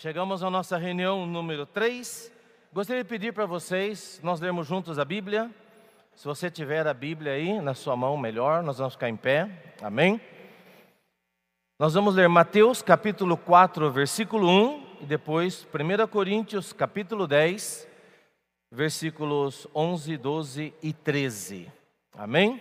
Chegamos à nossa reunião número 3. Gostaria de pedir para vocês, nós lermos juntos a Bíblia. Se você tiver a Bíblia aí na sua mão, melhor, nós vamos ficar em pé. Amém? Nós vamos ler Mateus capítulo 4, versículo 1 e depois 1 Coríntios capítulo 10, versículos 11, 12 e 13. Amém?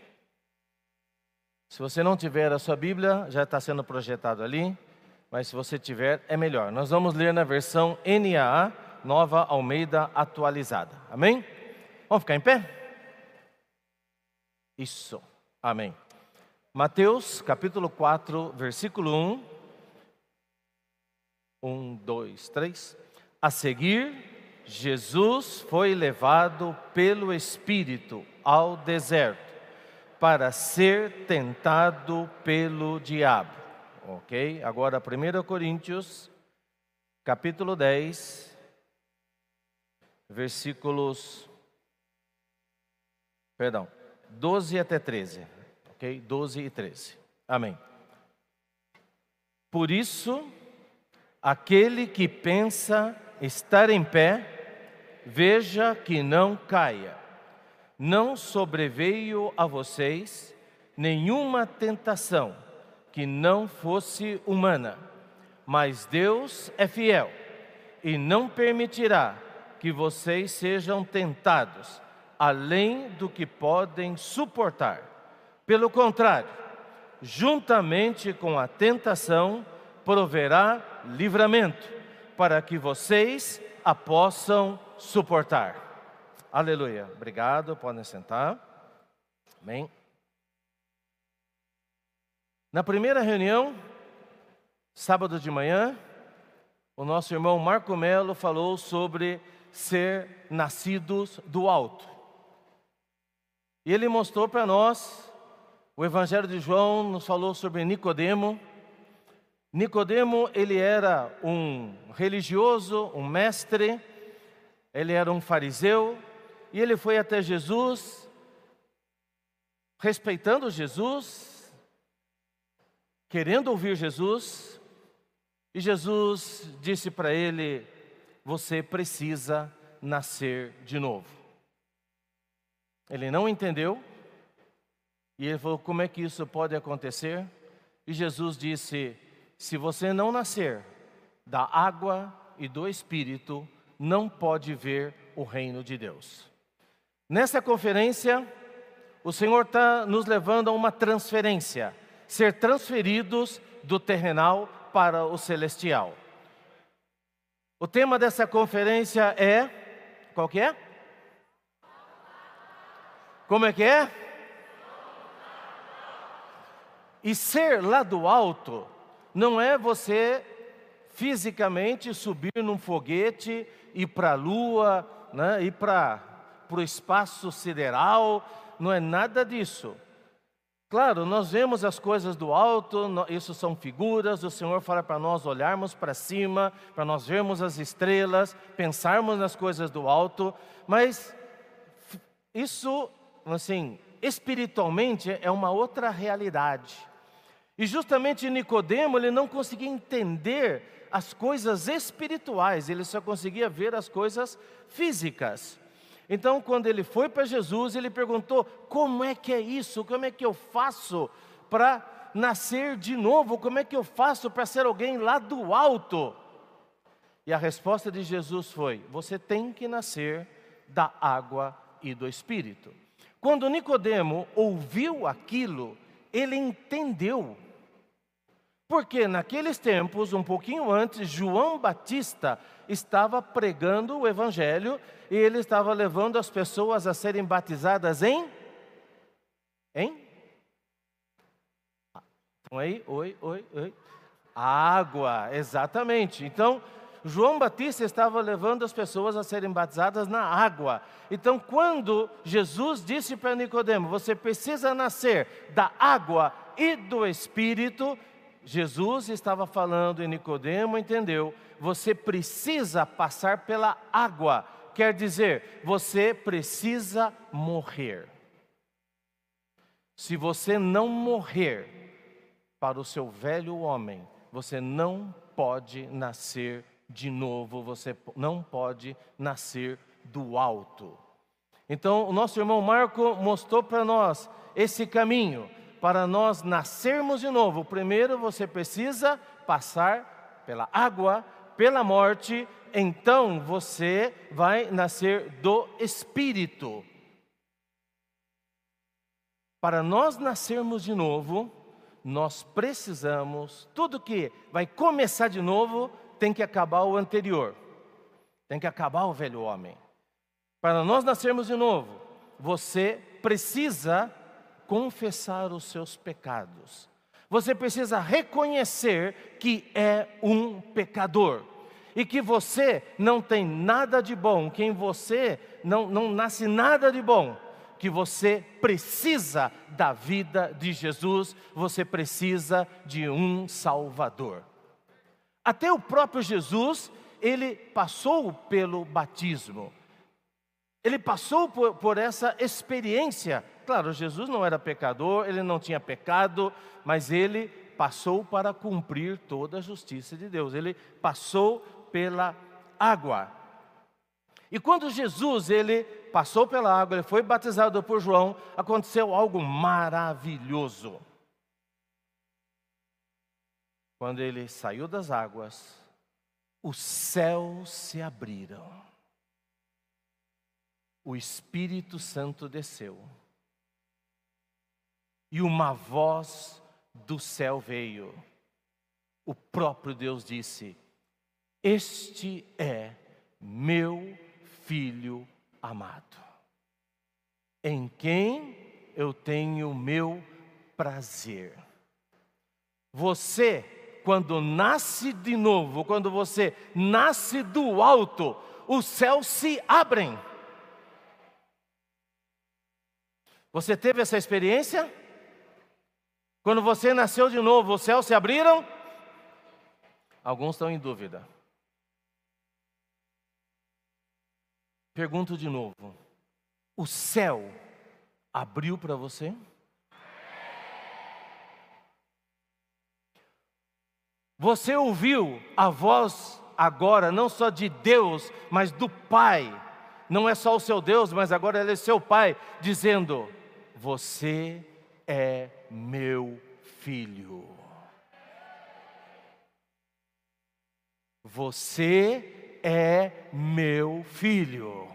Se você não tiver a sua Bíblia, já está sendo projetado ali, mas se você tiver, é melhor. Nós vamos ler na versão NAA, Nova Almeida Atualizada. Amém? Vamos ficar em pé? Isso. Amém. Mateus capítulo 4, versículo 1. 1, 2, 3. A seguir, Jesus foi levado pelo Espírito ao deserto para ser tentado pelo diabo. Ok? Agora 1 Coríntios, capítulo 10, versículos, 12 até 13. Ok? 12 e 13. Amém. Por isso, aquele que pensa estar em pé, veja que não caia. Não sobreveio a vocês nenhuma tentação que não fosse humana, mas Deus é fiel e não permitirá que vocês sejam tentados além do que podem suportar. Pelo contrário, juntamente com a tentação, proverá livramento, para que vocês a possam suportar. Aleluia. Obrigado, podem sentar. Amém. Na primeira reunião, sábado de manhã, o nosso irmão Marco Melo falou sobre ser nascidos do alto. E ele mostrou para nós, o Evangelho de João nos falou sobre Nicodemo. Nicodemo, ele era um religioso, um mestre, ele era um fariseu, e ele foi até Jesus, respeitando Jesus, querendo ouvir Jesus, e Jesus disse para ele: você precisa nascer de novo. Ele não entendeu, e ele falou: como é que isso pode acontecer? E Jesus disse: se você não nascer da água e do Espírito, não pode ver o reino de Deus. Nessa conferência, o Senhor está nos levando a uma transferência, ser transferidos do terrenal para o celestial. O tema dessa conferência é, qual que é? Como é que é? E ser lá do alto não é você fisicamente subir num foguete, ir para a lua, né, ir para o espaço sideral, não é nada disso. Claro, nós vemos as coisas do alto, isso são figuras, o Senhor fala para nós olharmos para cima, para nós vermos as estrelas, pensarmos nas coisas do alto, mas isso, assim, espiritualmente é uma outra realidade. E justamente Nicodemo, ele não conseguia entender as coisas espirituais, ele só conseguia ver as coisas físicas. Então, quando ele foi para Jesus, ele perguntou: como é que é isso? Como é que eu faço para nascer de novo? Como é que eu faço para ser alguém lá do alto? E a resposta de Jesus foi: você tem que nascer da água e do Espírito. Quando Nicodemo ouviu aquilo, ele entendeu. Porque naqueles tempos, um pouquinho antes, João Batista estava pregando o Evangelho e ele estava levando as pessoas a serem batizadas em? Estão aí? Oi. Água, exatamente. Então, João Batista estava levando as pessoas a serem batizadas na água. Então, quando Jesus disse para Nicodemo: você precisa nascer da água e do Espírito, Jesus estava falando e Nicodemo entendeu: você precisa passar pela água, quer dizer, você precisa morrer. Se você não morrer para o seu velho homem, você não pode nascer de novo, você não pode nascer do alto. Então, o nosso irmão Marco mostrou para nós esse caminho, para nós nascermos de novo. Primeiro você precisa passar pela água, pela morte, então você vai nascer do Espírito. Para nós nascermos de novo, nós precisamos, tudo que vai começar de novo, tem que acabar o anterior. Tem que acabar o velho homem. Para nós nascermos de novo, você precisa confessar os seus pecados. Você precisa reconhecer que é um pecador. E que você não tem nada de bom, que em você não nasce nada de bom. Que você precisa da vida de Jesus, você precisa de um Salvador. Até o próprio Jesus, ele passou pelo batismo. Ele passou por essa experiência. Claro, Jesus não era pecador, ele não tinha pecado, mas ele passou para cumprir toda a justiça de Deus. Ele passou pela água. E quando Jesus, ele passou pela água, ele foi batizado por João, aconteceu algo maravilhoso. Quando ele saiu das águas, os céus se abriram. O Espírito Santo desceu. E uma voz do céu veio. O próprio Deus disse: este é meu Filho amado, em quem eu tenho meu prazer. Você, quando nasce de novo, quando você nasce do alto, os céus se abrem. Você teve essa experiência? Quando você nasceu de novo, os céus se abriram? Alguns estão em dúvida. Pergunto de novo: o céu abriu para você? Você ouviu a voz agora, não só de Deus, mas do Pai. Não é só o seu Deus, mas agora Ele é seu Pai, dizendo: você é meu filho. Você é meu filho.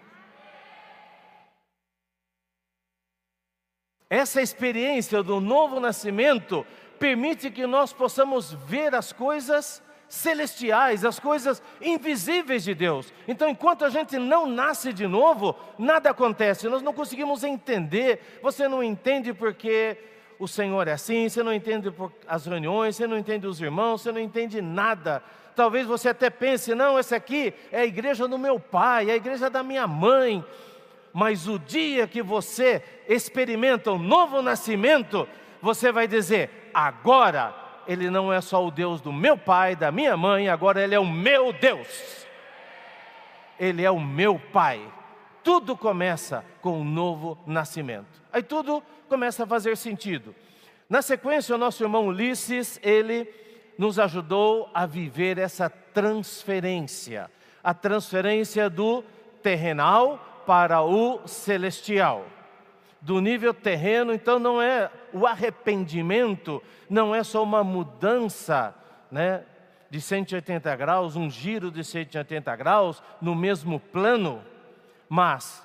Essa experiência do novo nascimento permite que nós possamos ver as coisas celestiais, as coisas invisíveis de Deus. Então, enquanto a gente não nasce de novo, nada acontece, nós não conseguimos entender. Você não entende porque o Senhor é assim, você não entende por as reuniões, você não entende os irmãos, você não entende nada. Talvez você até pense: não, essa aqui é a igreja do meu pai, é a igreja da minha mãe. Mas o dia que você experimenta um novo nascimento, você vai dizer: agora Ele não é só o Deus do meu pai, da minha mãe, agora Ele é o meu Deus. Ele é o meu Pai. Tudo começa com um novo nascimento. Aí tudo começa a fazer sentido. Na sequência, o nosso irmão Ulisses, ele nos ajudou a viver essa transferência. A transferência do terrenal para o celestial. Do nível terreno, então não é o arrependimento, não é só uma mudança, né, de 180 graus, um giro de 180 graus no mesmo plano, mas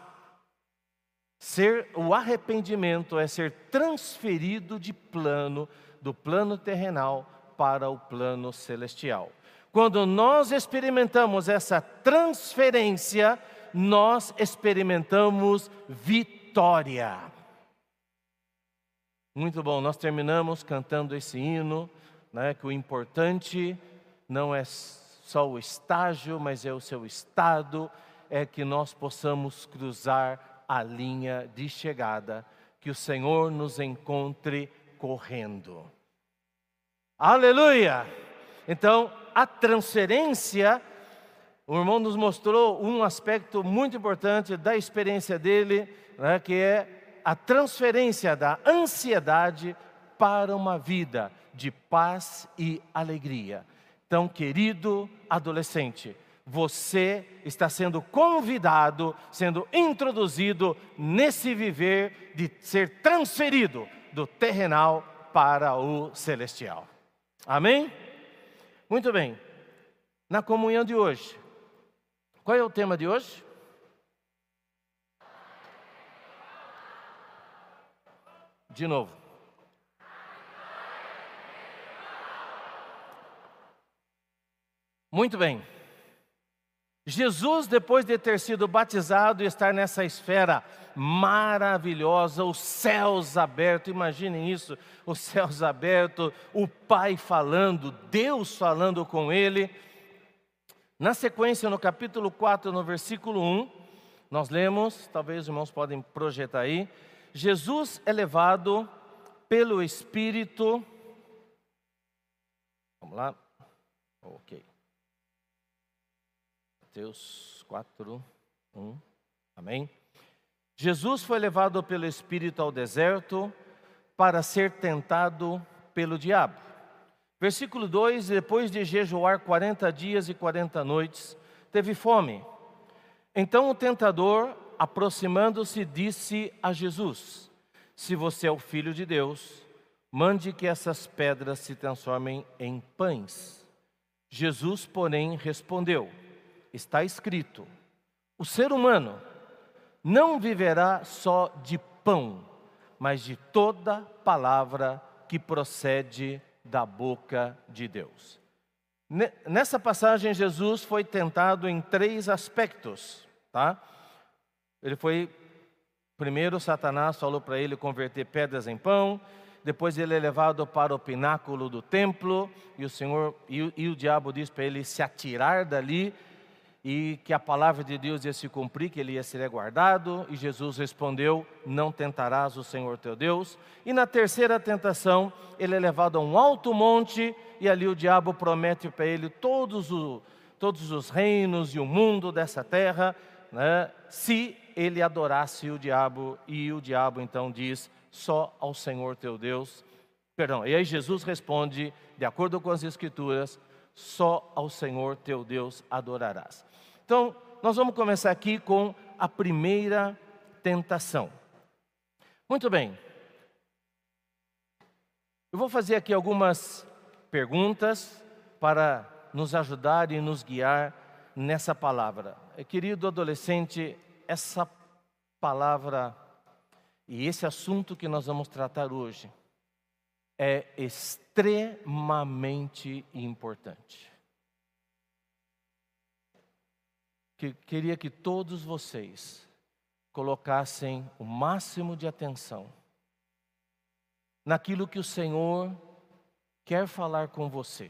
o arrependimento é ser transferido de plano, do plano terrenal para o plano celestial. Quando nós experimentamos essa transferência, nós experimentamos vitória. Muito bom, nós terminamos cantando esse hino, né, que o importante não é só o estágio, mas é o seu estado, é que nós possamos cruzar a linha de chegada, que o Senhor nos encontre correndo. Aleluia! Então, a transferência, o irmão nos mostrou um aspecto muito importante da experiência dele, né, que é a transferência da ansiedade para uma vida de paz e alegria. Então, Então, querido adolescente, você está sendo convidado, sendo introduzido nesse viver de ser transferido do terrenal para o celestial. Amém? Muito bem. Na comunhão de hoje, qual é o tema de hoje? De novo. Muito bem. Jesus, depois de ter sido batizado e estar nessa esfera maravilhosa, os céus abertos, imaginem isso, os céus abertos, o Pai falando, Deus falando com ele. Na sequência, no capítulo 4, no versículo 1, nós lemos, talvez os irmãos podem projetar aí, Jesus é levado pelo Espírito, vamos lá, ok. Mateus 4, 1, amém? Jesus foi levado pelo Espírito ao deserto para ser tentado pelo diabo. Versículo 2, depois de jejuar 40 dias e 40 noites, teve fome. Então o tentador, aproximando-se, disse a Jesus: se você é o Filho de Deus, mande que essas pedras se transformem em pães. Jesus, porém, respondeu: está escrito, o ser humano não viverá só de pão, mas de toda palavra que procede da boca de Deus. Nessa passagem, Jesus foi tentado em 3 aspectos, tá? Primeiro Satanás falou para ele converter pedras em pão, depois ele é levado para o pináculo do templo, e o diabo diz para ele se atirar dali, e que a palavra de Deus ia se cumprir, que ele ia ser guardado, e Jesus respondeu: não tentarás o Senhor teu Deus. E na terceira tentação, ele é levado a um alto monte, e ali o diabo promete para ele todos os reinos e o mundo dessa terra, né, se ele adorasse o diabo, e o diabo então diz: só ao Senhor teu Deus, e aí Jesus responde, de acordo com as Escrituras, só ao Senhor teu Deus adorarás. Então, nós vamos começar aqui com a primeira tentação. Muito bem. Eu vou fazer aqui algumas perguntas para nos ajudar e nos guiar nessa palavra. Querido adolescente, essa palavra e esse assunto que nós vamos tratar hoje é extremamente importante. Queria que todos vocês colocassem o máximo de atenção naquilo que o Senhor quer falar com você.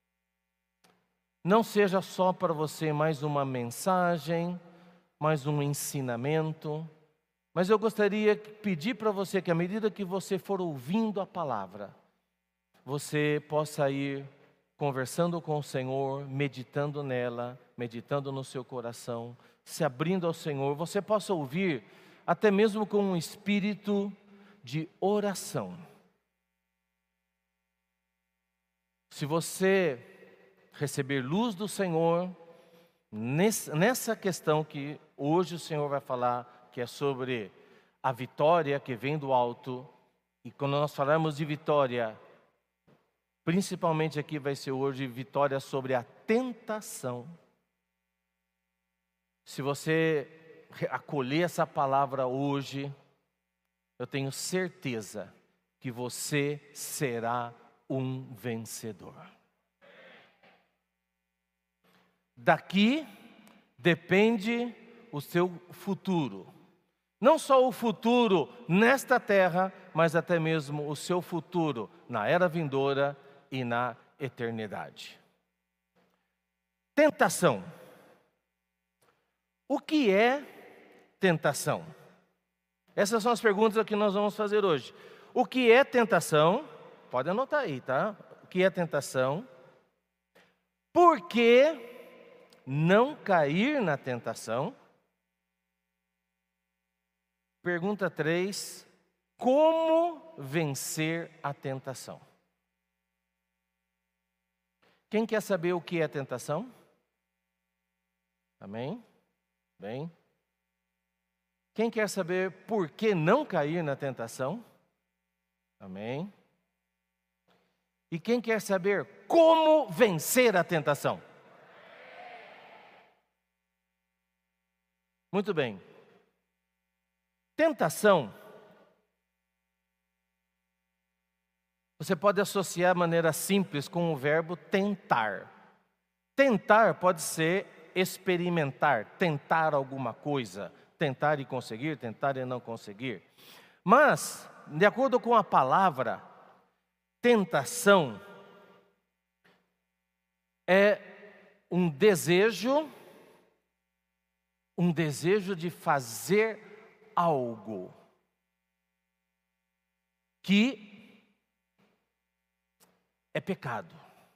Não seja só para você mais uma mensagem, mais um ensinamento, mas eu gostaria de pedir para você que à medida que você for ouvindo a palavra, você possa ir conversando com o Senhor, meditando nela, meditando no seu coração, se abrindo ao Senhor, você possa ouvir até mesmo com um espírito de oração. Se você receber luz do Senhor, nessa questão que hoje o Senhor vai falar, que é sobre a vitória que vem do alto, e quando nós falarmos de vitória, principalmente aqui vai ser hoje vitória sobre a tentação. Se você acolher essa palavra hoje, eu tenho certeza que você será um vencedor. Daqui depende o seu futuro. Não só o futuro nesta terra, mas até mesmo o seu futuro na era vindoura e na eternidade. Tentação. O que é tentação? Essas são as perguntas que nós vamos fazer hoje. O que é tentação? Pode anotar aí, tá? O que é tentação? Por que não cair na tentação? Pergunta 3. Como vencer a tentação? Quem quer saber o que é tentação? Amém? Bem. Quem quer saber por que não cair na tentação? Amém. E quem quer saber como vencer a tentação? Muito bem. Tentação, você pode associar de maneira simples com o verbo tentar. Tentar pode ser experimentar, tentar alguma coisa, tentar e conseguir, tentar e não conseguir. Mas, de acordo com a palavra, tentação é um desejo de fazer algo que é pecado.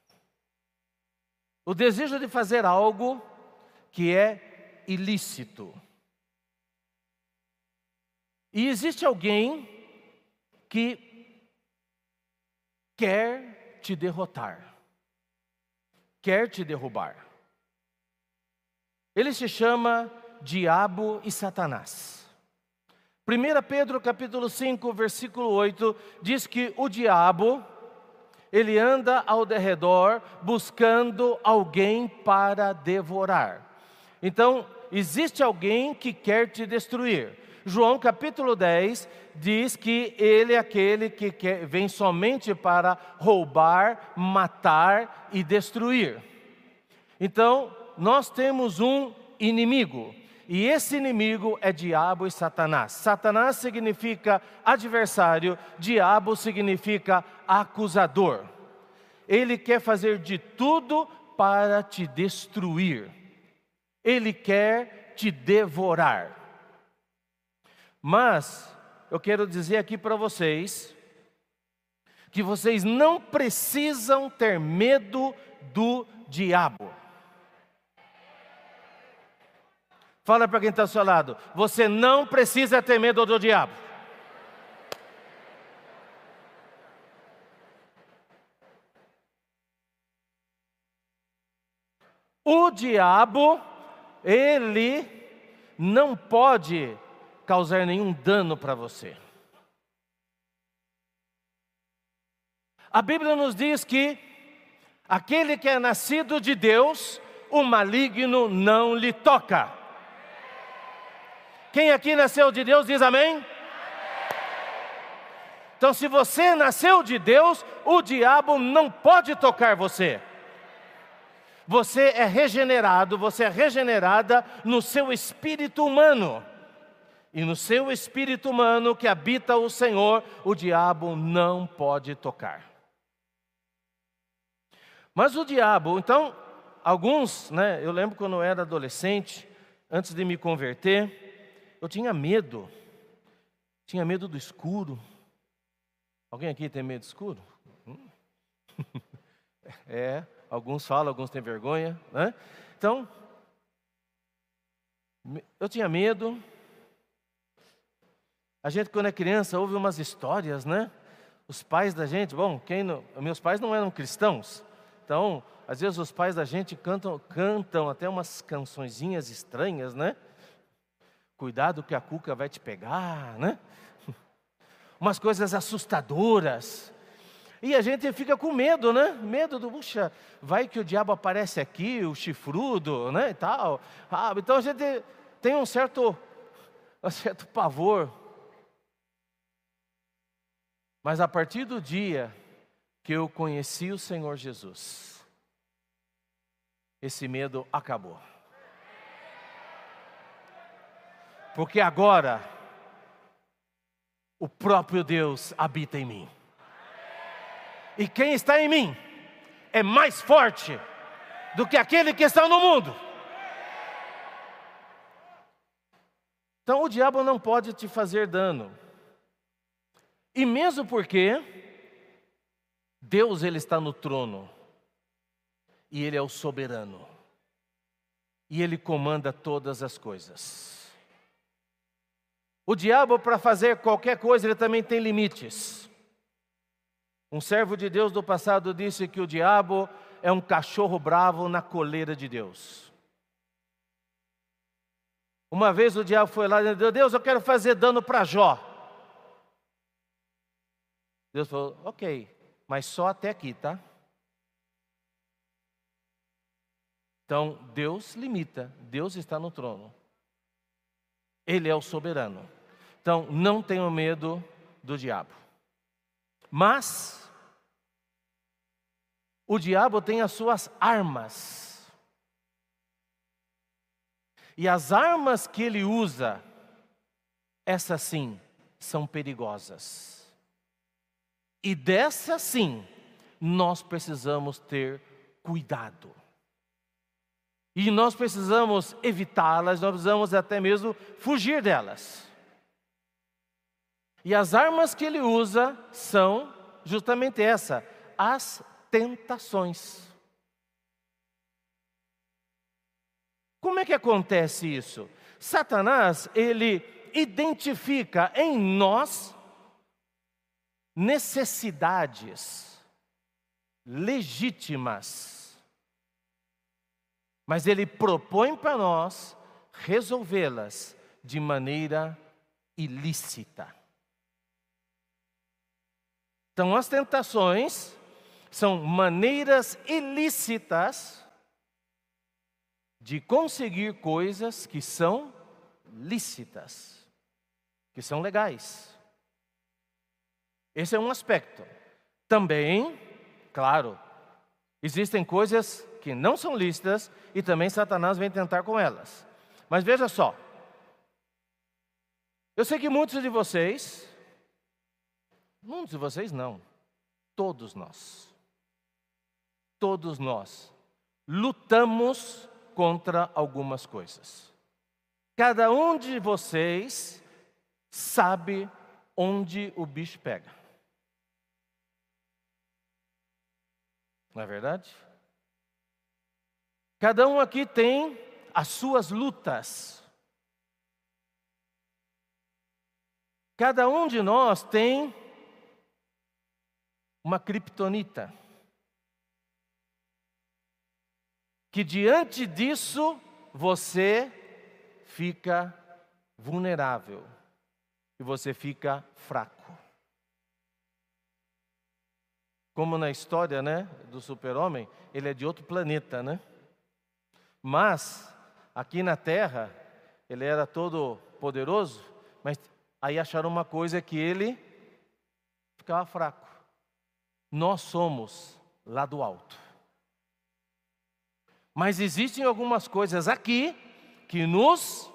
O desejo de fazer algo que é ilícito. E existe alguém que quer te derrotar, quer te derrubar. Ele se chama Diabo e Satanás. 1 Pedro capítulo 5, versículo 8, diz que o diabo, ele anda ao derredor buscando alguém para devorar. Então, existe alguém que quer te destruir. João capítulo 10 diz que ele é aquele que vem somente para roubar, matar e destruir. Então, nós temos um inimigo. E esse inimigo é diabo e Satanás. Satanás significa adversário, diabo significa acusador. Ele quer fazer de tudo para te destruir. Ele quer te devorar. Mas eu quero dizer aqui para vocês que vocês não precisam ter medo do diabo. Fala para quem está ao seu lado, você não precisa ter medo do diabo. O diabo, ele não pode causar nenhum dano para você. A Bíblia nos diz que aquele que é nascido de Deus, o maligno não lhe toca. Quem aqui nasceu de Deus diz amém? Então, se você nasceu de Deus, o diabo não pode tocar você. Você é regenerado, você é regenerada no seu espírito humano. E no seu espírito humano que habita o Senhor, o diabo não pode tocar. Mas o diabo, então, alguns, eu lembro quando eu era adolescente, antes de me converter, eu tinha medo do escuro. Alguém aqui tem medo do escuro? Alguns falam, alguns têm vergonha, né? Então, eu tinha medo. A gente quando é criança ouve umas histórias, né? Os pais da gente, meus pais não eram cristãos, então, às vezes os pais da gente cantam até umas cançõezinhas estranhas, né? Cuidado que a cuca vai te pegar, né? Umas coisas assustadoras. E a gente fica com medo, né? Medo puxa, vai que o diabo aparece aqui, o chifrudo, né? E tal. Então a gente tem um certo pavor. Mas a partir do dia que eu conheci o Senhor Jesus, esse medo acabou. Porque agora, o próprio Deus habita em mim. E quem está em mim é mais forte do que aquele que está no mundo. Então o diabo não pode te fazer dano. E mesmo porque Deus, ele está no trono. E ele é o soberano. E ele comanda todas as coisas. O diabo, para fazer qualquer coisa, ele também tem limites. Um servo de Deus do passado disse que o diabo é um cachorro bravo na coleira de Deus. Uma vez o diabo foi lá e disse: Deus, eu quero fazer dano para Jó. Deus falou: ok, mas só até aqui, tá? Então, Deus limita, Deus está no trono. Ele é o soberano. Então, não tenham medo do diabo. Mas, o diabo tem as suas armas. E as armas que ele usa, essas sim, são perigosas. E dessas sim, nós precisamos ter cuidado. E nós precisamos evitá-las, nós precisamos até mesmo fugir delas. E as armas que ele usa são justamente essa, as tentações. Como é que acontece isso? Satanás, ele identifica em nós necessidades legítimas, mas ele propõe para nós resolvê-las de maneira ilícita. Então, as tentações são maneiras ilícitas de conseguir coisas que são lícitas, que são legais. Esse é um aspecto. Também, claro, existem coisas que não são lícitas e também Satanás vem tentar com elas. Mas veja só, eu sei que muitos de vocês não, todos nós lutamos contra algumas coisas. Cada um de vocês sabe onde o bicho pega. Não é verdade? Cada um aqui tem as suas lutas. Cada um de nós tem uma criptonita. Que diante disso você fica vulnerável. E você fica fraco. Como na história, né, do super-homem, ele é de outro planeta, né? Mas, aqui na Terra, ele era todo poderoso, mas aí acharam uma coisa que ele ficava fraco. Nós somos lá do alto. Mas existem algumas coisas aqui que nos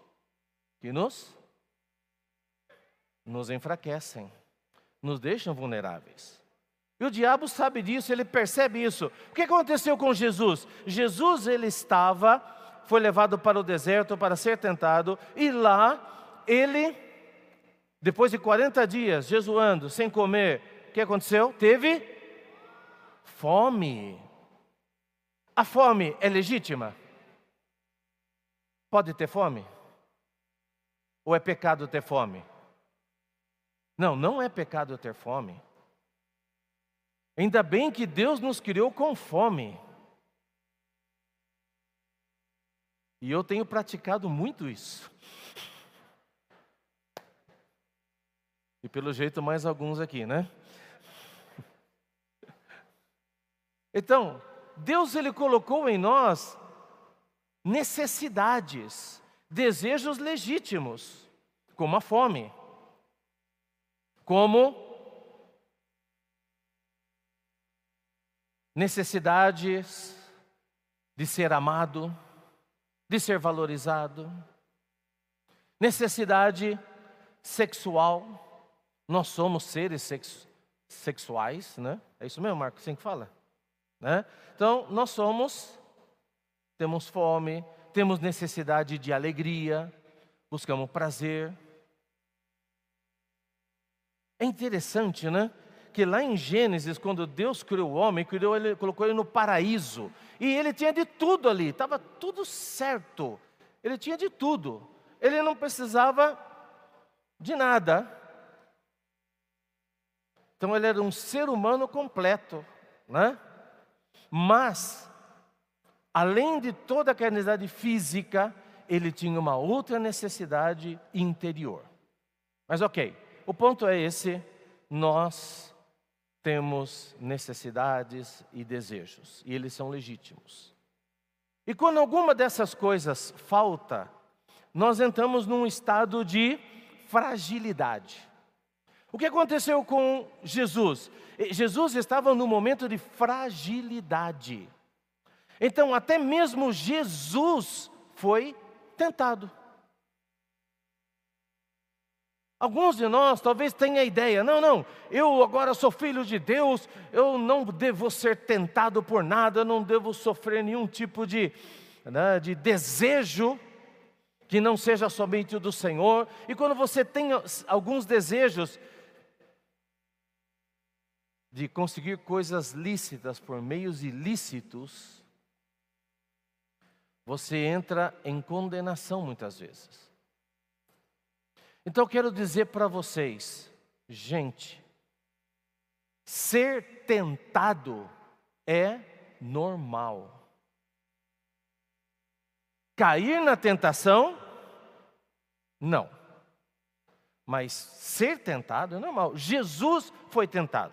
enfraquecem, nos deixam vulneráveis. E o diabo sabe disso, ele percebe isso. O que aconteceu com Jesus? Jesus, ele foi levado para o deserto para ser tentado, e lá ele, depois de 40 dias jejuando, sem comer, o que aconteceu? Teve fome. A fome é legítima? Pode ter fome? Ou é pecado ter fome? Não, não é pecado ter fome. Ainda bem que Deus nos criou com fome. E eu tenho praticado muito isso. E pelo jeito mais alguns aqui, né? Então, Deus, ele colocou em nós necessidades, desejos legítimos, como a fome, como necessidades de ser amado, de ser valorizado, necessidade sexual. Nós somos seres sexuais, né? É isso mesmo, Marcos, assim que fala, né? Então, temos fome, temos necessidade de alegria, buscamos prazer. É interessante, né? Que lá em Gênesis, quando Deus criou o homem, colocou ele no paraíso. E ele tinha de tudo ali, estava tudo certo. Ele tinha de tudo. Ele não precisava de nada. Então ele era um ser humano completo, né? Mas, além de toda aquela necessidade física, ele tinha uma outra necessidade interior. Mas ok, o ponto é esse: nós temos necessidades e desejos, e eles são legítimos. E quando alguma dessas coisas falta, nós entramos num estado de fragilidade. O que aconteceu com Jesus? Jesus estava num momento de fragilidade. Então, até mesmo Jesus foi tentado. Alguns de nós talvez tenham a ideia: não, eu agora sou filho de Deus, eu não devo ser tentado por nada, eu não devo sofrer nenhum tipo de desejo que não seja somente o do Senhor. E quando você tem alguns desejos de conseguir coisas lícitas por meios ilícitos, você entra em condenação muitas vezes. Então eu quero dizer para vocês, gente, ser tentado é normal. Cair na tentação, não. Mas ser tentado é normal. Jesus foi tentado.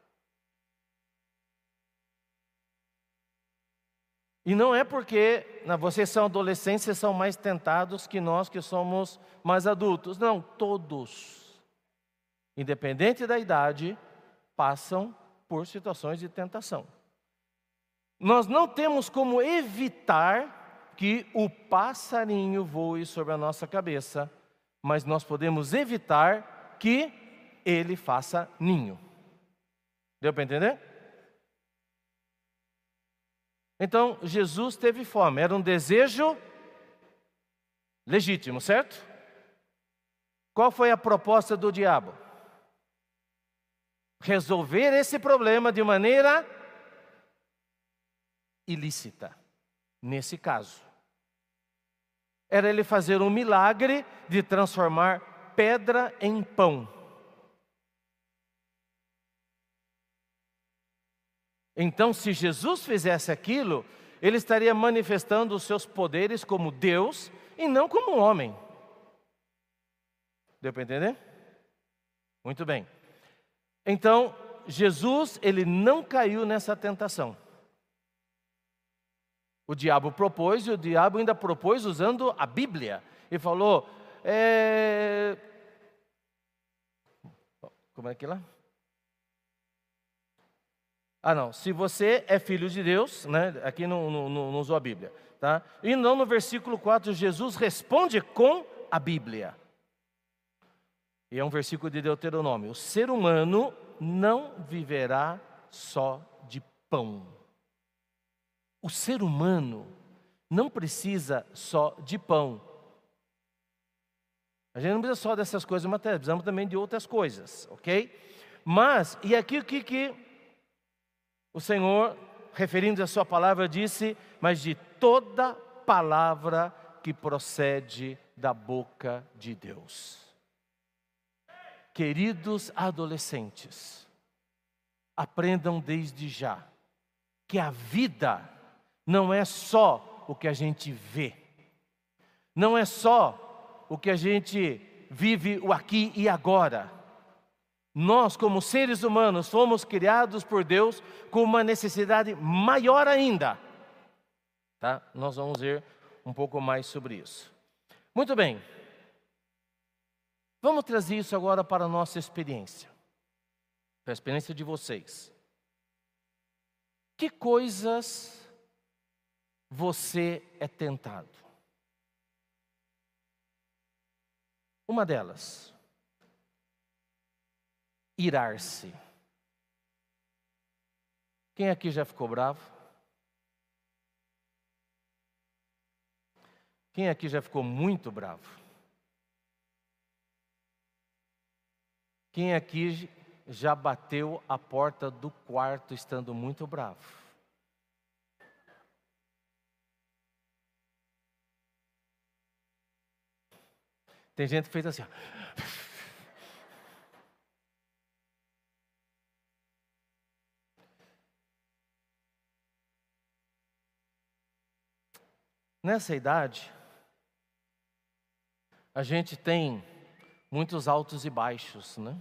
E não é porque vocês são adolescentes, vocês são mais tentados que nós que somos mais adultos. Não, todos, independente da idade, passam por situações de tentação. Nós não temos como evitar que o passarinho voe sobre a nossa cabeça, mas nós podemos evitar que ele faça ninho. Deu para entender? Então, Jesus teve fome, era um desejo legítimo, certo? Qual foi a proposta do diabo? Resolver esse problema de maneira ilícita, nesse caso. Era ele fazer um milagre de transformar pedra em pão. Então, se Jesus fizesse aquilo, ele estaria manifestando os seus poderes como Deus e não como homem. Deu para entender? Muito bem. Então, Jesus, ele não caiu nessa tentação. O diabo propôs, e o diabo ainda propôs usando a Bíblia. Ele falou, como é que é lá? Se você é filho de Deus, aqui não usou a Bíblia, tá? E não no versículo 4, Jesus responde com a Bíblia. E é um versículo de Deuteronômio: o ser humano não viverá só de pão. O ser humano não precisa só de pão. A gente não precisa só dessas coisas materiais, precisamos também de outras coisas, ok? Mas, e aqui o que o Senhor, referindo a sua palavra, disse: mas de toda palavra que procede da boca de Deus. Queridos adolescentes, aprendam desde já que a vida não é só o que a gente vê, não é só o que a gente vive o aqui e agora. Nós, como seres humanos, fomos criados por Deus com uma necessidade maior ainda. Tá? Nós vamos ver um pouco mais sobre isso. Muito bem. Vamos trazer isso agora para a nossa experiência. Para a experiência de vocês. Que coisas você é tentado? Uma delas: irar-se. Quem aqui já ficou bravo? Quem aqui já ficou muito bravo? Quem aqui já bateu a porta do quarto estando muito bravo? Tem gente que fez assim, ó. Nessa idade, a gente tem muitos altos e baixos, né?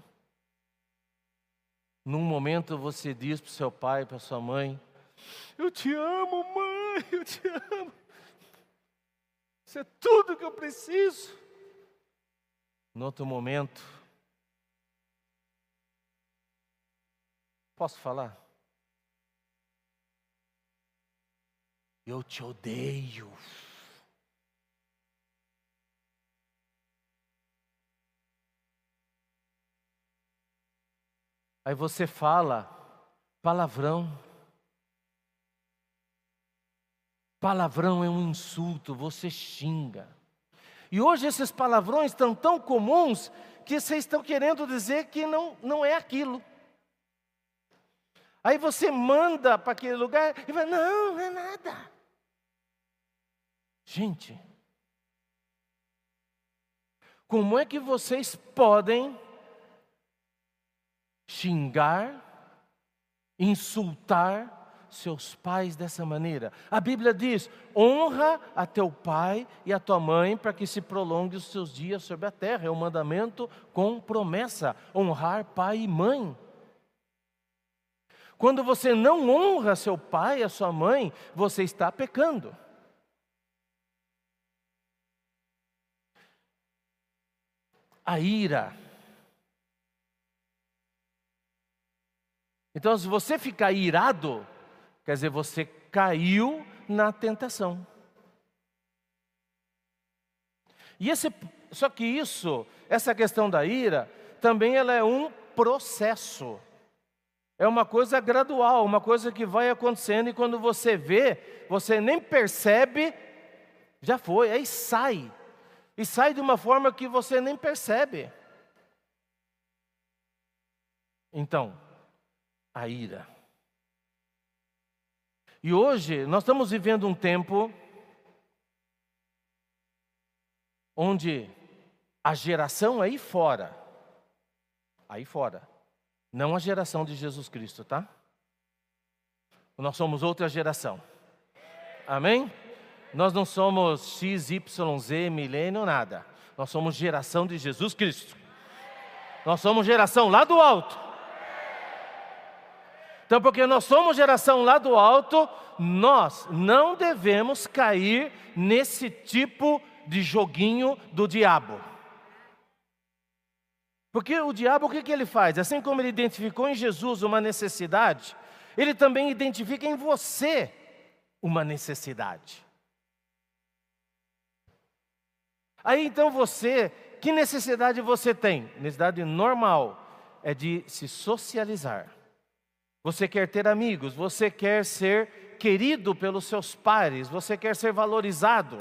Num momento você diz para o seu pai, para sua mãe: eu te amo, mãe, eu te amo. Isso é tudo que eu preciso. No outro momento, posso falar? Eu te odeio. Aí você fala palavrão. Palavrão é um insulto, você xinga. E hoje esses palavrões estão tão comuns que vocês estão querendo dizer que não é aquilo. Aí você manda para aquele lugar e vai: não é nada. Gente, como é que vocês podem xingar, insultar seus pais dessa maneira? A Bíblia diz: honra a teu pai e a tua mãe para que se prolongue os seus dias sobre a terra. É um mandamento com promessa, honrar pai e mãe. Quando você não honra seu pai e a sua mãe, você está pecando. A ira. Então, se você ficar irado, quer dizer, você caiu na tentação. Só que essa questão da ira, também ela é um processo. É uma coisa gradual, uma coisa que vai acontecendo e quando você vê, você nem percebe, já foi, aí sai. E sai de uma forma que você nem percebe. Então, a ira. E hoje nós estamos vivendo um tempo onde a geração aí fora, não a geração de Jesus Cristo, tá? Nós somos outra geração. Amém? Nós não somos X, Y, Z, milênio, nada. Nós somos geração de Jesus Cristo. Nós somos geração lá do alto. Então, porque nós somos geração lá do alto, nós não devemos cair nesse tipo de joguinho do diabo. Porque o diabo, o que ele faz? Assim como ele identificou em Jesus uma necessidade, ele também identifica em você uma necessidade. Aí então que necessidade você tem? Necessidade normal é de se socializar. Você quer ter amigos, você quer ser querido pelos seus pares, você quer ser valorizado.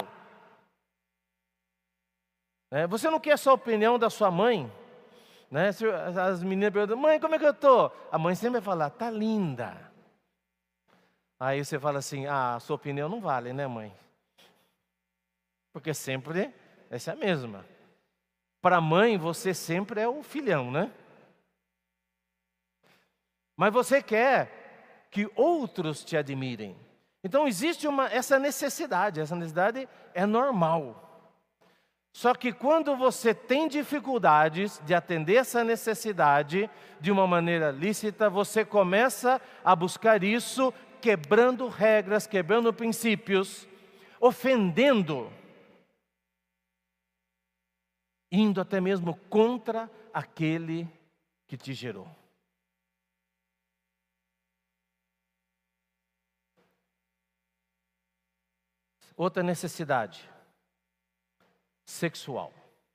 Você não quer só a opinião da sua mãe. As meninas perguntam: mãe, como é que eu estou? A mãe sempre vai falar: tá linda. Aí você fala assim: a sua opinião não vale, né, mãe? Porque sempre essa é a mesma. Para a mãe, você sempre é o filhão, né? Mas você quer que outros te admirem. Então existe essa necessidade é normal. Só que quando você tem dificuldades de atender essa necessidade de uma maneira lícita, você começa a buscar isso quebrando regras, quebrando princípios, ofendendo, indo até mesmo contra aquele que te gerou. Outra necessidade, sexual.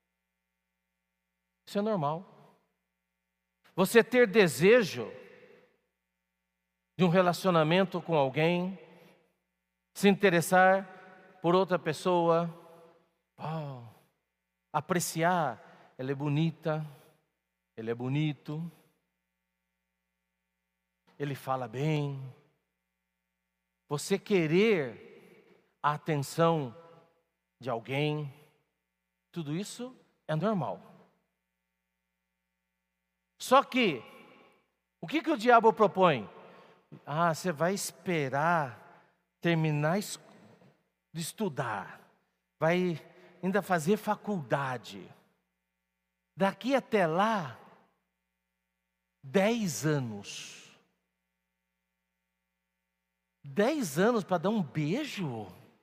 Isso é normal. Você ter desejo de um relacionamento com alguém, se interessar por outra pessoa, apreciar, ela é bonita, ele é bonito, ele fala bem. Você querer a atenção de alguém, tudo isso é normal. Só que, o que o diabo propõe? Você vai esperar terminar de estudar, vai ainda fazer faculdade. Daqui até lá, 10 anos. 10 anos para dar um beijo?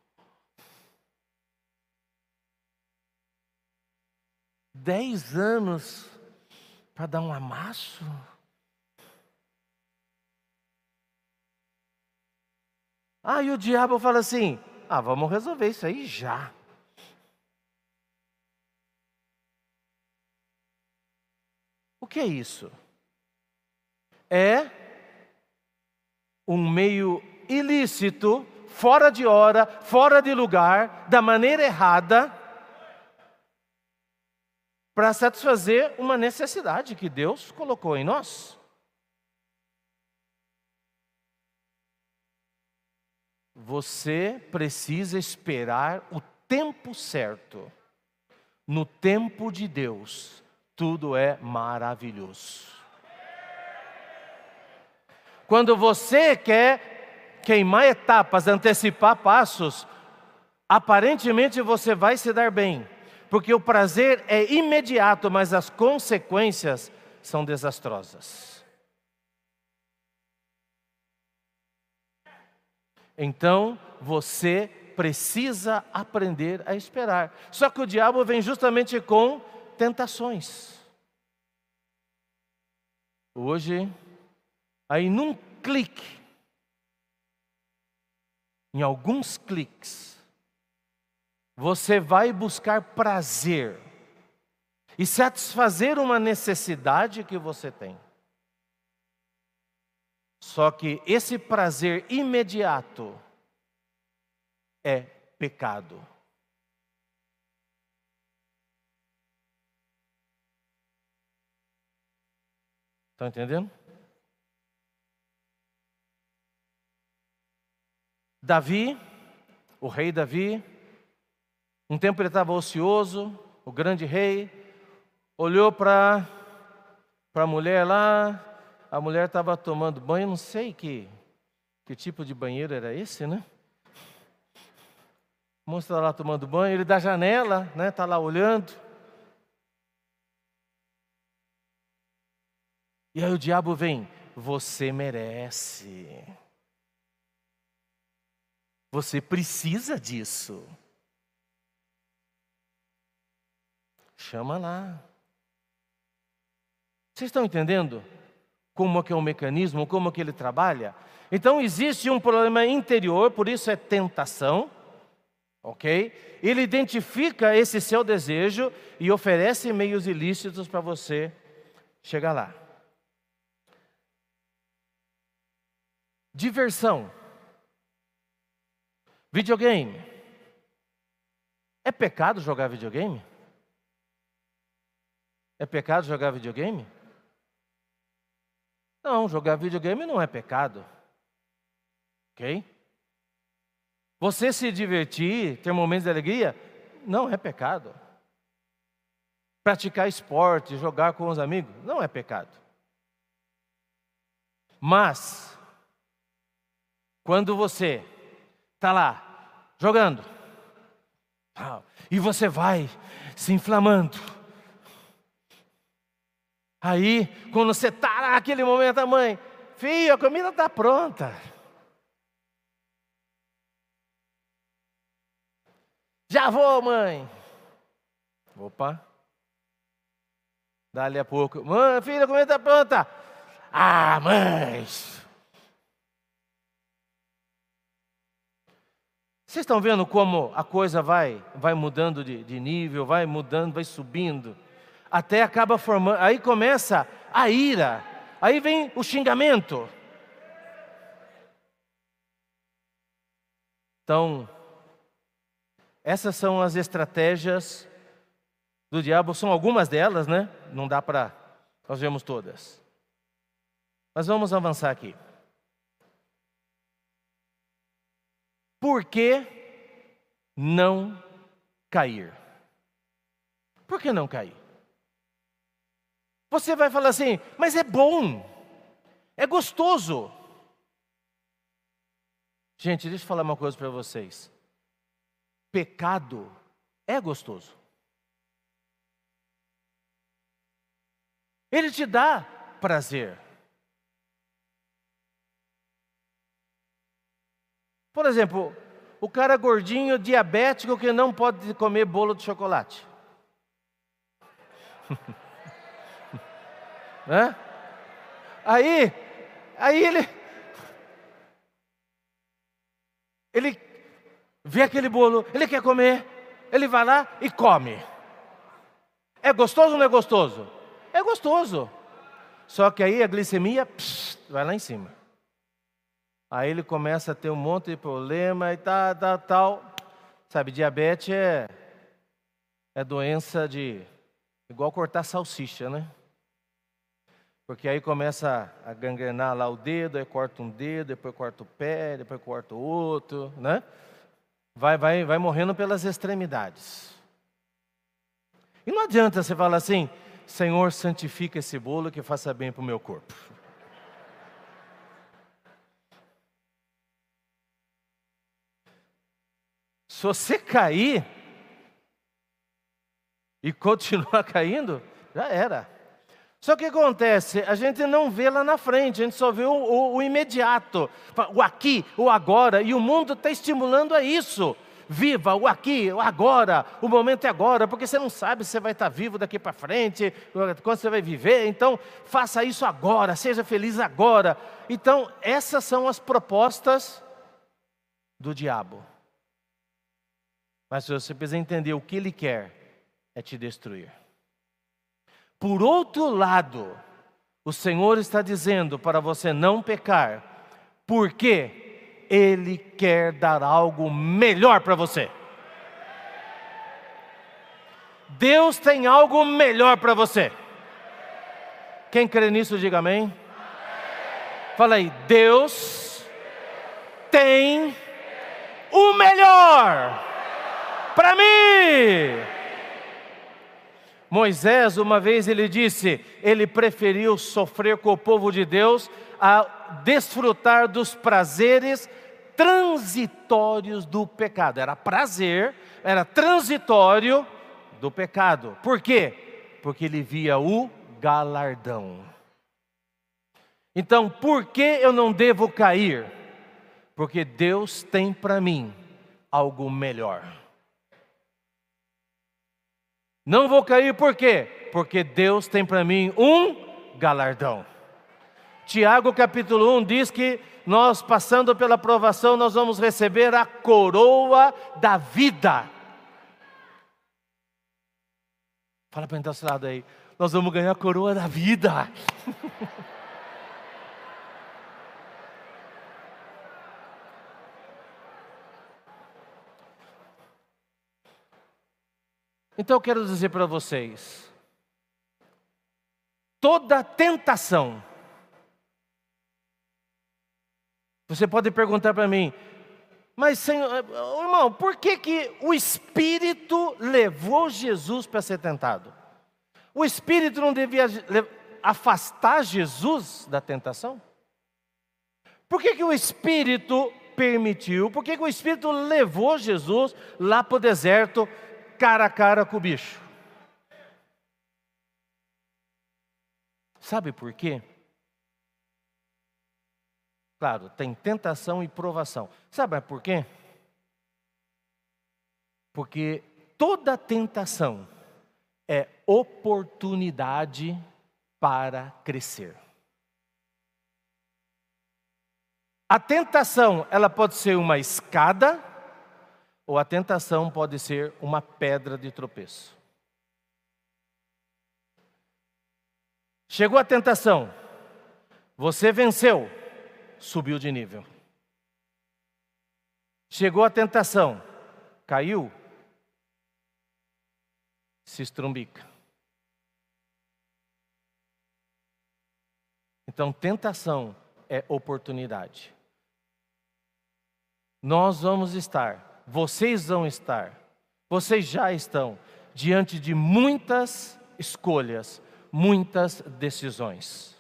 Dez anos para dar um amasso? E o diabo fala assim: vamos resolver isso aí já. O que é isso? É um meio ilícito, fora de hora, fora de lugar, da maneira errada, para satisfazer uma necessidade que Deus colocou em nós. Você precisa esperar o tempo certo. No tempo de Deus, tudo é maravilhoso. Quando você quer queimar etapas, antecipar passos, aparentemente você vai se dar bem, porque o prazer é imediato, mas as consequências são desastrosas. Então, você precisa aprender a esperar. Só que o diabo vem justamente com tentações. Hoje, aí num clique, em alguns cliques, você vai buscar prazer e satisfazer uma necessidade que você tem. Só que esse prazer imediato é pecado. Estão entendendo? Davi, o rei Davi, um tempo ele estava ocioso, o grande rei, olhou para a mulher lá, a mulher estava tomando banho, não sei que tipo de banheiro era esse, né? O moço está lá tomando banho, ele da janela, né? Está lá olhando. E aí o diabo vem: você merece. Você precisa disso. Chama lá. Vocês estão entendendo como é que é o mecanismo, como é que ele trabalha? Então existe um problema interior, por isso é tentação. Ok? Ele identifica esse seu desejo e oferece meios ilícitos para você chegar lá. Diversão. Videogame. É pecado jogar videogame? É pecado jogar videogame? Não, jogar videogame não é pecado. Ok? Você se divertir, ter momentos de alegria, não é pecado. Praticar esporte, jogar com os amigos, não é pecado. Mas, quando você está lá, jogando, e você vai se inflamando, aí, quando você está lá, naquele momento, a mãe: filho, a comida está pronta. Já vou, mãe. Opa. Dali a pouco: mãe, filha, a comida está pronta. Mãe. Vocês estão vendo como a coisa vai mudando de nível, vai mudando, vai subindo, até acaba formando, aí começa a ira, aí vem o xingamento. Então, essas são as estratégias do diabo, são algumas delas, né? Não dá para nós vermos todas. Mas vamos avançar aqui. Por que não cair? Por que não cair? Você vai falar assim: mas é bom, é gostoso. Gente, deixa eu falar uma coisa para vocês. pecado é gostoso. Ele te dá prazer. Por exemplo, o cara gordinho, diabético, que não pode comer bolo de chocolate. Né? Aí ele vê aquele bolo, ele quer comer, ele vai lá e come. É gostoso ou não é gostoso? É gostoso. Só que aí a glicemia vai lá em cima. Aí ele começa a ter um monte de problema e tal. Sabe, diabetes é doença de... igual cortar salsicha, né? Porque aí começa a gangrenar lá o dedo, aí corta um dedo, depois corta o pé, depois corta o outro, né? Vai morrendo pelas extremidades. E não adianta você falar assim: Senhor, santifica esse bolo que faça bem para o meu corpo. Se você cair e continuar caindo, já era. Só que acontece, a gente não vê lá na frente, a gente só vê o imediato, o aqui, o agora, e o mundo está estimulando a isso. Viva o aqui, o agora, o momento é agora, porque você não sabe se você vai estar vivo daqui para frente, quando você vai viver, então faça isso agora, seja feliz agora. Então essas são as propostas do diabo. Mas você precisa entender, o que ele quer é te destruir. Por outro lado, o Senhor está dizendo para você não pecar, porque Ele quer dar algo melhor para você. Deus tem algo melhor para você. Quem crê nisso, diga amém. Fala aí, Deus tem o melhor para mim. Moisés, uma vez ele disse, ele preferiu sofrer com o povo de Deus a desfrutar dos prazeres transitórios do pecado. Era prazer, era transitório do pecado. Por quê? Porque ele via o galardão. Então, por que eu não devo cair? Porque Deus tem para mim algo melhor. Não vou cair por quê? Porque Deus tem para mim um galardão. Tiago capítulo 1 diz que nós, passando pela provação, nós vamos receber a coroa da vida. Fala para esse lado aí, nós vamos ganhar a coroa da vida. Então eu quero dizer para vocês, toda tentação, você pode perguntar para mim, mas Senhor, irmão, por que o Espírito levou Jesus para ser tentado? O Espírito não devia afastar Jesus da tentação? Por que o Espírito permitiu, por que o Espírito levou Jesus lá para o deserto, cara a cara com o bicho? Sabe por quê? Claro, tem tentação e provação. Sabe por quê? Porque toda tentação é oportunidade para crescer. A tentação, ela pode ser uma escada, ou a tentação pode ser uma pedra de tropeço. Chegou a tentação, você venceu, subiu de nível. Chegou a tentação, caiu, se estrumbica. Então, tentação é oportunidade. Nós vamos estar, vocês vão estar, vocês já estão diante de muitas escolhas, muitas decisões.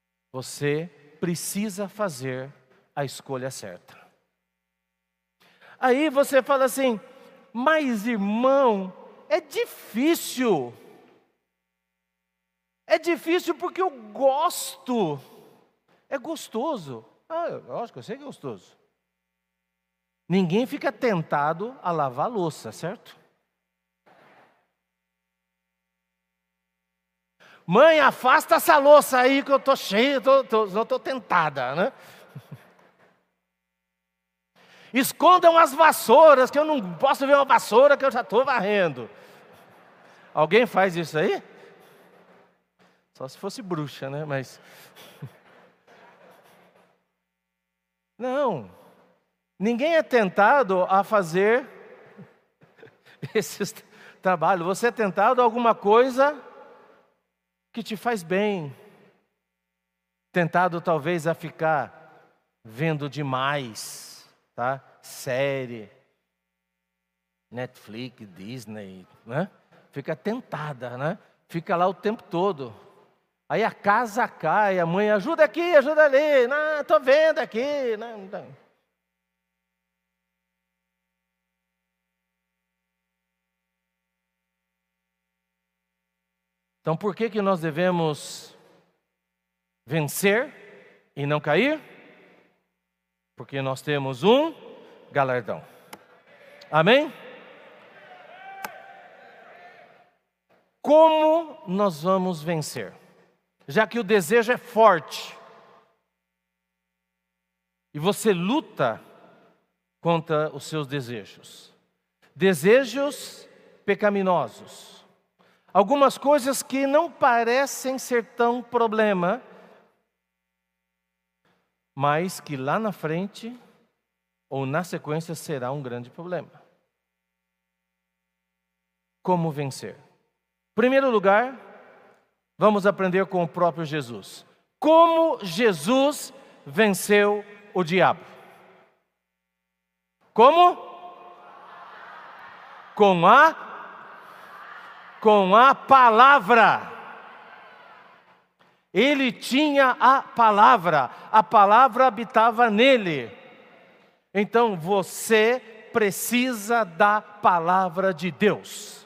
Você precisa fazer a escolha certa. Aí você fala assim, mas irmão, é difícil. É difícil porque eu gosto. É gostoso. Lógico, eu sei que é gostoso. Ninguém fica tentado a lavar a louça, certo? Mãe, afasta essa louça aí que eu estou cheia, eu estou tentada, né? Escondam as vassouras, que eu não posso ver uma vassoura que eu já estou varrendo. Alguém faz isso aí? Só se fosse bruxa, né? Mas não, ninguém é tentado a fazer esses trabalhos. Você é tentado a alguma coisa que te faz bem. Tentado talvez a ficar vendo demais, tá? Série, Netflix, Disney, né? Fica tentada, né? Fica lá o tempo todo. Aí a casa cai, a mãe ajuda aqui, ajuda ali. Não, estou vendo aqui. Não. Então por que nós devemos vencer e não cair? Porque nós temos um galardão. Amém? Como nós vamos vencer? Já que o desejo é forte e você luta contra os seus desejos. Desejos pecaminosos. Algumas coisas que não parecem ser tão problema, mas que lá na frente ou na sequência será um grande problema. Como vencer? Em primeiro lugar, vamos aprender com o próprio Jesus. Como Jesus venceu o diabo? Como? Com a palavra. Ele tinha a palavra habitava nele. Então você precisa da palavra de Deus.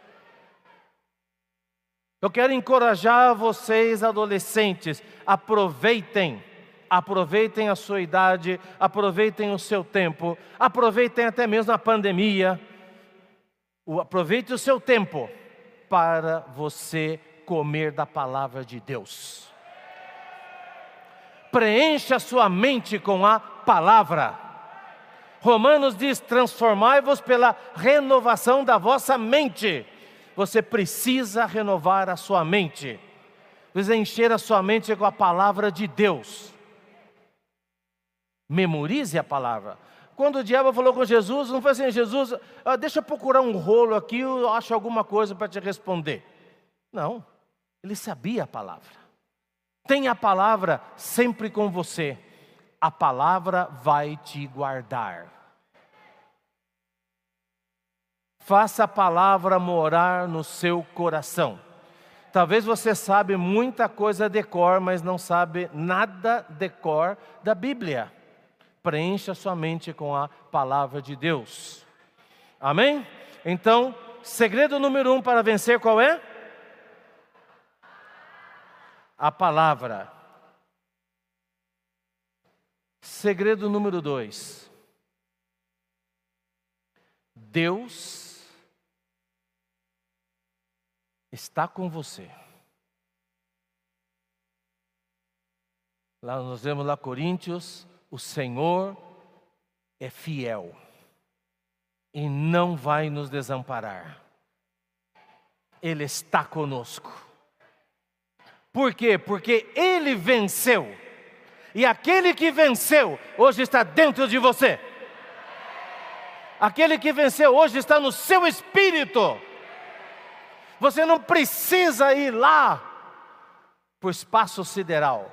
Eu quero encorajar vocês, adolescentes, aproveitem a sua idade, aproveitem o seu tempo, aproveitem até mesmo a pandemia, aproveite o seu tempo para você comer da palavra de Deus. Preencha a sua mente com a palavra. Romanos diz, transformai-vos pela renovação da vossa mente. Você precisa renovar a sua mente. Precisa encher a sua mente com a palavra de Deus. Memorize a palavra. Quando o diabo falou com Jesus, não foi assim, Jesus, deixa eu procurar um rolo aqui, eu acho alguma coisa para te responder. Não, ele sabia a palavra. Tenha a palavra sempre com você. A palavra vai te guardar. Faça a palavra morar no seu coração. Talvez você sabe muita coisa de cor, mas não sabe nada de cor da Bíblia. Preencha sua mente com a palavra de Deus. Amém? Então, segredo número 1 para vencer qual é? A palavra. Segredo número 2. Deus está com você. Lá nós vemos lá Coríntios, o Senhor é fiel e não vai nos desamparar. Ele está conosco. Por quê? Porque Ele venceu. E aquele que venceu, hoje está dentro de você. Aquele que venceu, hoje está no seu espírito. Você não precisa ir lá para o espaço sideral.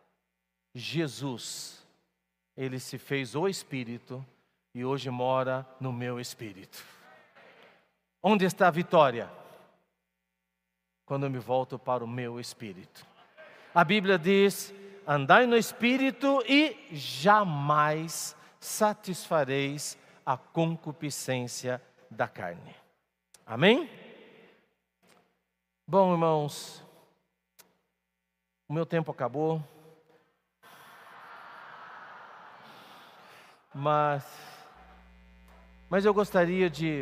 Jesus, Ele se fez o Espírito e hoje mora no meu espírito. Onde está a vitória? Quando eu me volto para o meu espírito. A Bíblia diz, andai no espírito e jamais satisfareis a concupiscência da carne. Amém? Bom, irmãos, o meu tempo acabou, mas eu gostaria de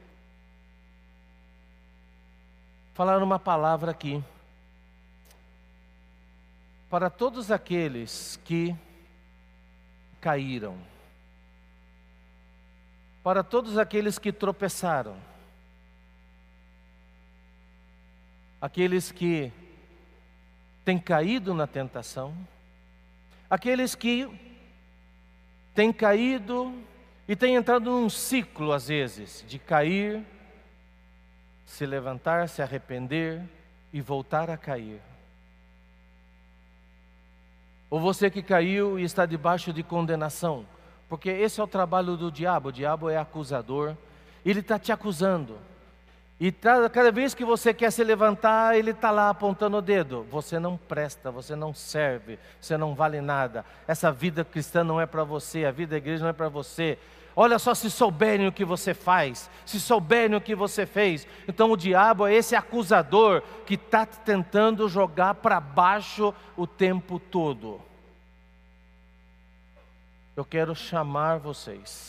falar uma palavra aqui para todos aqueles que caíram, para todos aqueles que tropeçaram, aqueles que têm caído na tentação, aqueles que têm caído e têm entrado num ciclo, às vezes, de cair, se levantar, se arrepender e voltar a cair. Ou você que caiu e está debaixo de condenação, porque esse é o trabalho do diabo. O diabo é acusador, ele está te acusando. E cada vez que você quer se levantar, ele está lá apontando o dedo. Você não presta, você não serve, você não vale nada. Essa vida cristã não é para você, a vida da igreja não é para você. Olha só, se souberem o que você faz, se souberem o que você fez. Então o diabo é esse acusador que está tentando jogar para baixo o tempo todo. Eu quero chamar vocês.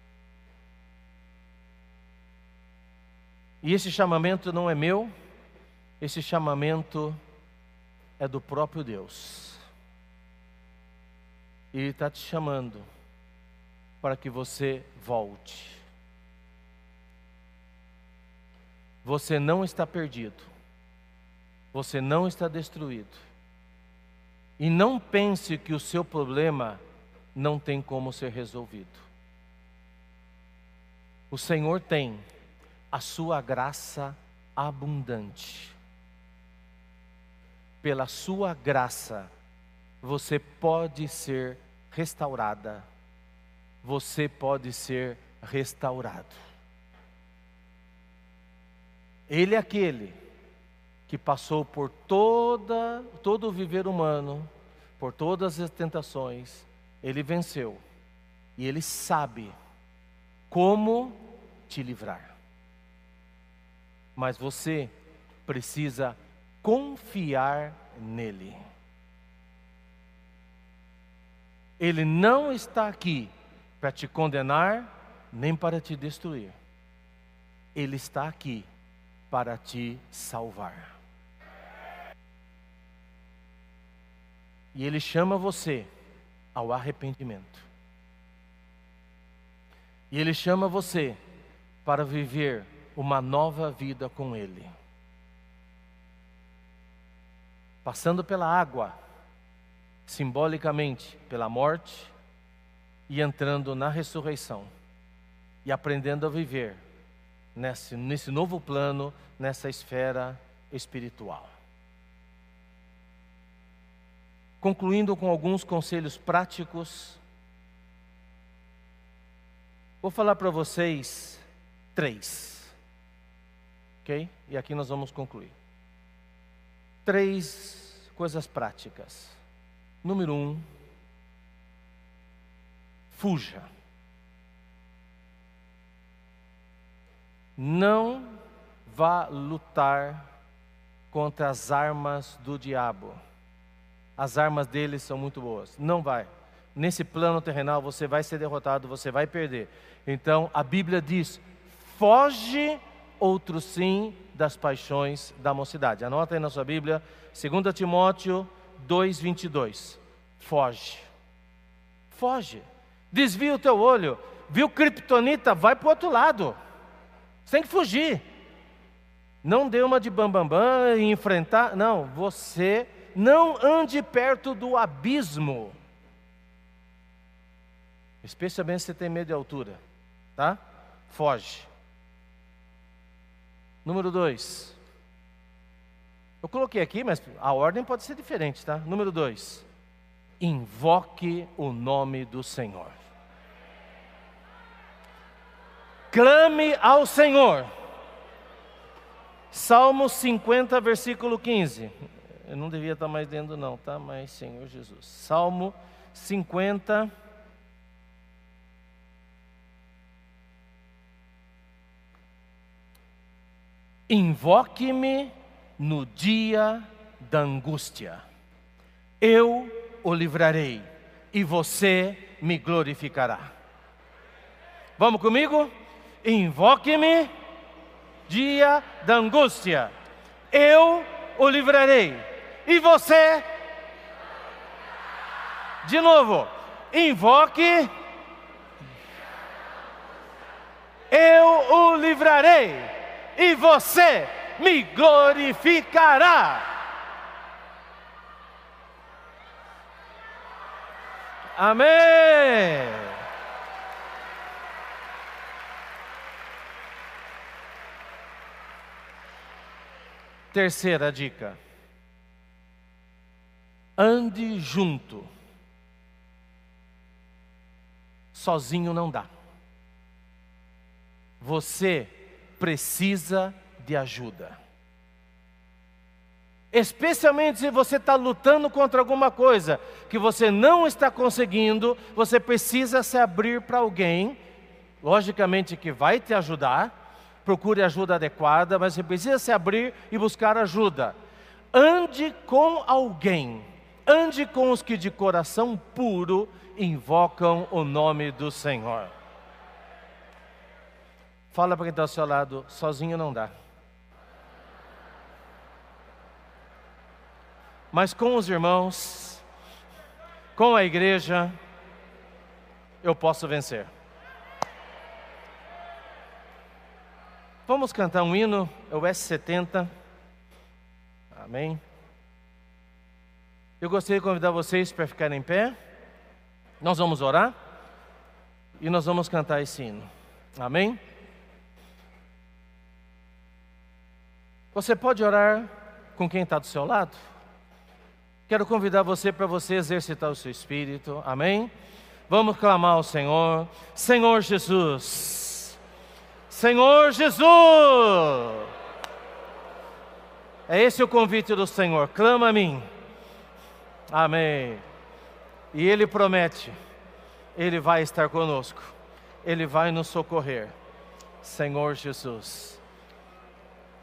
E esse chamamento não é meu, esse chamamento é do próprio Deus. E Ele está te chamando para que você volte. Você não está perdido, você não está destruído. E não pense que o seu problema não tem como ser resolvido. O Senhor tem a sua graça abundante. Pela sua graça, você pode ser restaurada. Você pode ser restaurado. Ele é aquele que passou por todo o viver humano, por todas as tentações. Ele venceu. E Ele sabe como te livrar. Mas você precisa confiar nele. Ele não está aqui para te condenar, nem para te destruir. Ele está aqui para te salvar. E Ele chama você ao arrependimento. E Ele chama você para viver uma nova vida com Ele. Passando pela água, simbolicamente pela morte, e entrando na ressurreição. E aprendendo a viver nesse novo plano, nessa esfera espiritual. Concluindo com alguns conselhos práticos, vou falar para vocês 3. Ok? E aqui nós vamos concluir. 3 coisas práticas. Número 1, fuja. Não vá lutar contra as armas do diabo. As armas dele são muito boas. Não vai. Nesse plano terrenal você vai ser derrotado, você vai perder. Então a Bíblia diz: foge, outro sim, das paixões da mocidade. Anota aí na sua Bíblia, 2 Timóteo 2:22. Foge. Foge. Desvia o teu olho. Viu criptonita? Vai para o outro lado. Você tem que fugir. Não dê uma de bambambam e enfrentar. Não, você não ande perto do abismo. Especialmente se você tem medo de altura. Tá? Foge. Número 2. Eu coloquei aqui, mas a ordem pode ser diferente, tá? Número 2. Invoque o nome do Senhor. Clame ao Senhor. Salmo 50, versículo 15. Eu não devia estar mais lendo não, tá? Mas Senhor Jesus. Salmo 50, Invoque-me no dia da angústia. Eu o livrarei e você me glorificará. Vamos comigo? Invoque-me dia da angústia. Eu o livrarei e você. De novo. Invoque. Eu o livrarei e você me glorificará. Amém. Terceira dica. Ande junto. Sozinho não dá. Você precisa de ajuda. Especialmente se você está lutando contra alguma coisa que você não está conseguindo, você precisa se abrir para alguém, logicamente que vai te ajudar, procure ajuda adequada, mas você precisa se abrir e buscar ajuda. Ande com alguém, ande com os que de coração puro invocam o nome do Senhor. Fala para quem está ao seu lado, sozinho não dá. Mas com os irmãos, com a igreja, eu posso vencer. Vamos cantar um hino, é o S70. Amém. Eu gostaria de convidar vocês para ficarem em pé. Nós vamos orar e nós vamos cantar esse hino. Amém. Você pode orar com quem está do seu lado? Quero convidar você para você exercitar o seu espírito. Amém? Vamos clamar ao Senhor. Senhor Jesus. Senhor Jesus. É esse o convite do Senhor. Clama a mim. Amém. E Ele promete. Ele vai estar conosco. Ele vai nos socorrer. Senhor Jesus.